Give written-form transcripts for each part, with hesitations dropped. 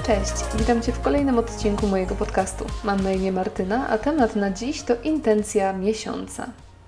Cześć, witam Cię w kolejnym odcinku mojego podcastu. Mam na imię Martyna, a temat na dziś to intencja miesiąca.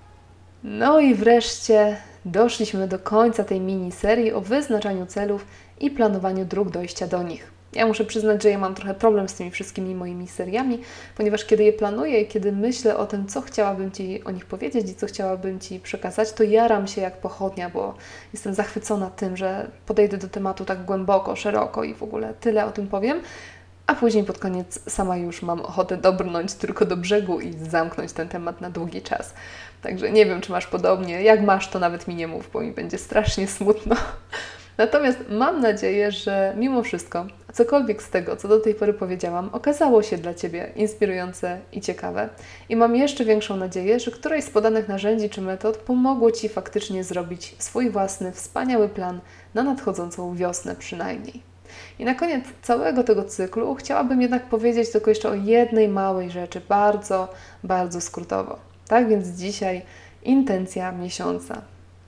No i wreszcie doszliśmy do końca tej miniserii o wyznaczaniu celów i planowaniu dróg dojścia do nich. Ja muszę przyznać, że ja mam trochę problem z tymi wszystkimi moimi seriami, ponieważ kiedy je planuję i kiedy myślę o tym, co chciałabym Ci o nich powiedzieć i co chciałabym Ci przekazać, to jaram się jak pochodnia, bo jestem zachwycona tym, że podejdę do tematu tak głęboko, szeroko i w ogóle tyle o tym powiem, a później pod koniec sama już mam ochotę dobrnąć tylko do brzegu i zamknąć ten temat na długi czas. Także nie wiem, czy masz podobnie. Jak masz, to nawet mi nie mów, bo mi będzie strasznie smutno. Natomiast mam nadzieję, że mimo wszystko, cokolwiek z tego, co do tej pory powiedziałam, okazało się dla Ciebie inspirujące i ciekawe. I mam jeszcze większą nadzieję, że któreś z podanych narzędzi czy metod pomogło Ci faktycznie zrobić swój własny, wspaniały plan na nadchodzącą wiosnę przynajmniej. I na koniec całego tego cyklu chciałabym jednak powiedzieć tylko jeszcze o jednej małej rzeczy, bardzo, bardzo skrótowo. Tak więc dzisiaj intencja miesiąca.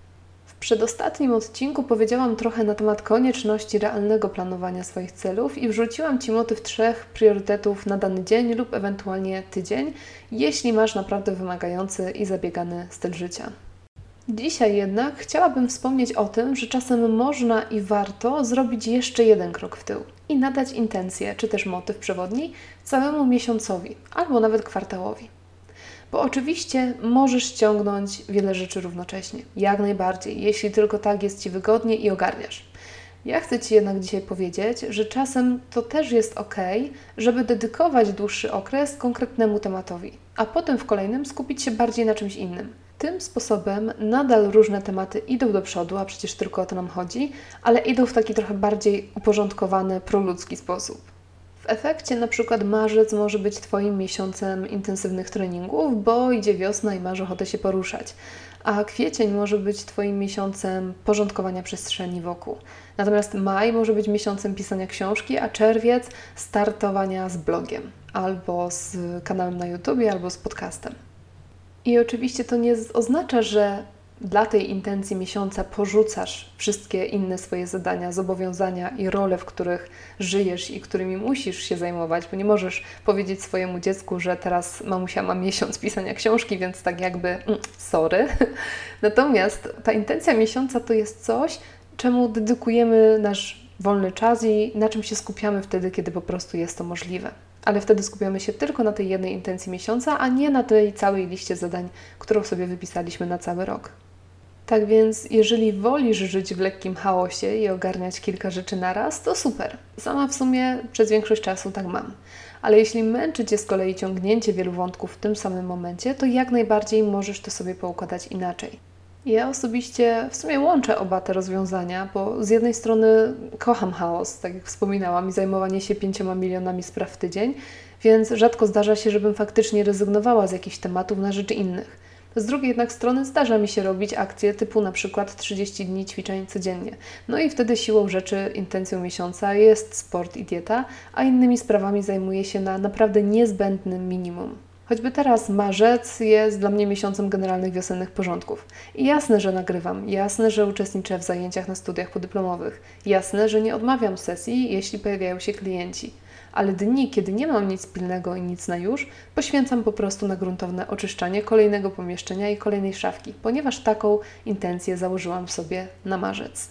W przedostatnim odcinku powiedziałam trochę na temat konieczności realnego planowania swoich celów i wrzuciłam Ci motyw 3 priorytetów na dany dzień lub ewentualnie tydzień, jeśli masz naprawdę wymagający i zabiegany styl życia. Dzisiaj jednak chciałabym wspomnieć o tym, że czasem można i warto zrobić jeszcze jeden krok w tył i nadać intencję czy też motyw przewodni całemu miesiącowi albo nawet kwartałowi. Bo oczywiście możesz ściągnąć wiele rzeczy równocześnie, jak najbardziej, jeśli tylko tak jest Ci wygodnie i ogarniasz. Ja chcę Ci jednak dzisiaj powiedzieć, że czasem to też jest ok, żeby dedykować dłuższy okres konkretnemu tematowi, a potem w kolejnym skupić się bardziej na czymś innym. Tym sposobem nadal różne tematy idą do przodu, a przecież tylko o to nam chodzi, ale idą w taki trochę bardziej uporządkowany, proludzki sposób. W efekcie na przykład marzec może być Twoim miesiącem intensywnych treningów, bo idzie wiosna i masz ochotę się poruszać, a kwiecień może być Twoim miesiącem porządkowania przestrzeni wokół. Natomiast maj może być miesiącem pisania książki, a czerwiec startowania z blogiem, albo z kanałem na YouTubie, albo z podcastem. I oczywiście to nie oznacza, że dla tej intencji miesiąca porzucasz wszystkie inne swoje zadania, zobowiązania i role, w których żyjesz i którymi musisz się zajmować, bo nie możesz powiedzieć swojemu dziecku, że teraz mamusia ma miesiąc pisania książki, więc tak jakby sorry. Natomiast ta intencja miesiąca to jest coś, czemu dedykujemy nasz wolny czas i na czym się skupiamy wtedy, kiedy po prostu jest to możliwe. Ale wtedy skupiamy się tylko na tej jednej intencji miesiąca, a nie na tej całej liście zadań, którą sobie wypisaliśmy na cały rok. Tak więc, jeżeli wolisz żyć w lekkim chaosie i ogarniać kilka rzeczy naraz, to super. Sama w sumie przez większość czasu tak mam. Ale jeśli męczy Cię z kolei ciągnięcie wielu wątków w tym samym momencie, to jak najbardziej możesz to sobie poukładać inaczej. Ja osobiście w sumie łączę oba te rozwiązania, bo z jednej strony kocham chaos, tak jak wspominałam, i zajmowanie się 5 milionami spraw w tydzień, więc rzadko zdarza się, żebym faktycznie rezygnowała z jakichś tematów na rzecz innych. Z drugiej jednak strony zdarza mi się robić akcje typu na przykład 30 dni ćwiczeń codziennie. No i wtedy siłą rzeczy intencją miesiąca jest sport i dieta, a innymi sprawami zajmuję się na naprawdę niezbędnym minimum. Choćby teraz marzec jest dla mnie miesiącem generalnych wiosennych porządków. I jasne, że nagrywam, jasne, że uczestniczę w zajęciach na studiach podyplomowych, jasne, że nie odmawiam sesji, jeśli pojawiają się klienci. Ale dni, kiedy nie mam nic pilnego i nic na już, poświęcam po prostu na gruntowne oczyszczanie kolejnego pomieszczenia i kolejnej szafki, ponieważ taką intencję założyłam sobie na marzec.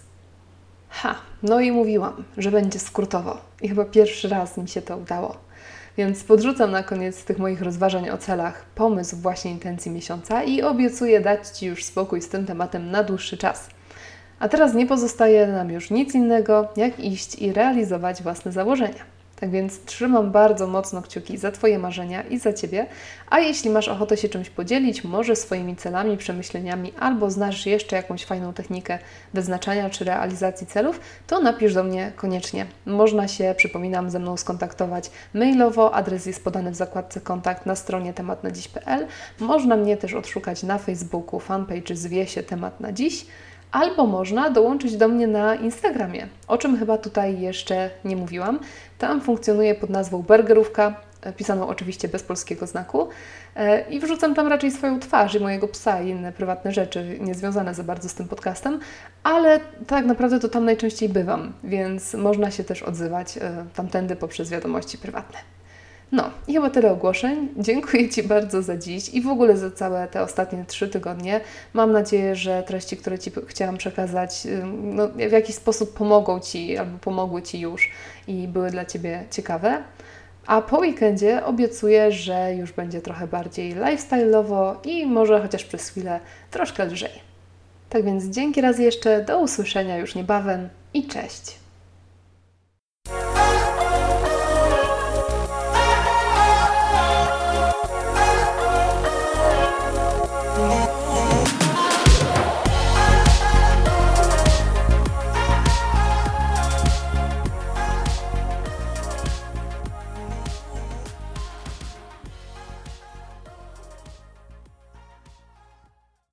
No i mówiłam, że będzie skrótowo i chyba pierwszy raz mi się to udało. Więc podrzucam na koniec tych moich rozważań o celach pomysł właśnie intencji miesiąca i obiecuję dać Ci już spokój z tym tematem na dłuższy czas. A teraz nie pozostaje nam już nic innego, jak iść i realizować własne założenia. Tak więc trzymam bardzo mocno kciuki za Twoje marzenia i za Ciebie, a jeśli masz ochotę się czymś podzielić, może swoimi celami, przemyśleniami, albo znasz jeszcze jakąś fajną technikę wyznaczania czy realizacji celów, to napisz do mnie koniecznie. Można się, przypominam, ze mną skontaktować mailowo, adres jest podany w zakładce kontakt na stronie tematnadziś.pl. Można mnie też odszukać na Facebooku, fanpage zwie się Temat na Dziś. Albo można dołączyć do mnie na Instagramie, o czym chyba tutaj jeszcze nie mówiłam. Tam funkcjonuję pod nazwą Burgerówka. pisaną oczywiście bez polskiego znaku. I wrzucam tam raczej swoją twarz i mojego psa i inne prywatne rzeczy, niezwiązane za bardzo z tym podcastem, ale tak naprawdę to tam najczęściej bywam, więc można się też odzywać tamtędy poprzez wiadomości prywatne. No i chyba tyle ogłoszeń. Dziękuję Ci bardzo za dziś i w ogóle za całe te ostatnie 3 tygodnie. Mam nadzieję, że treści, które Ci chciałam przekazać, w jakiś sposób pomogą Ci albo pomogły Ci już i były dla Ciebie ciekawe. A po weekendzie obiecuję, że już będzie trochę bardziej lifestyle'owo i może chociaż przez chwilę troszkę lżej. Tak więc dzięki raz jeszcze, do usłyszenia już niebawem i cześć!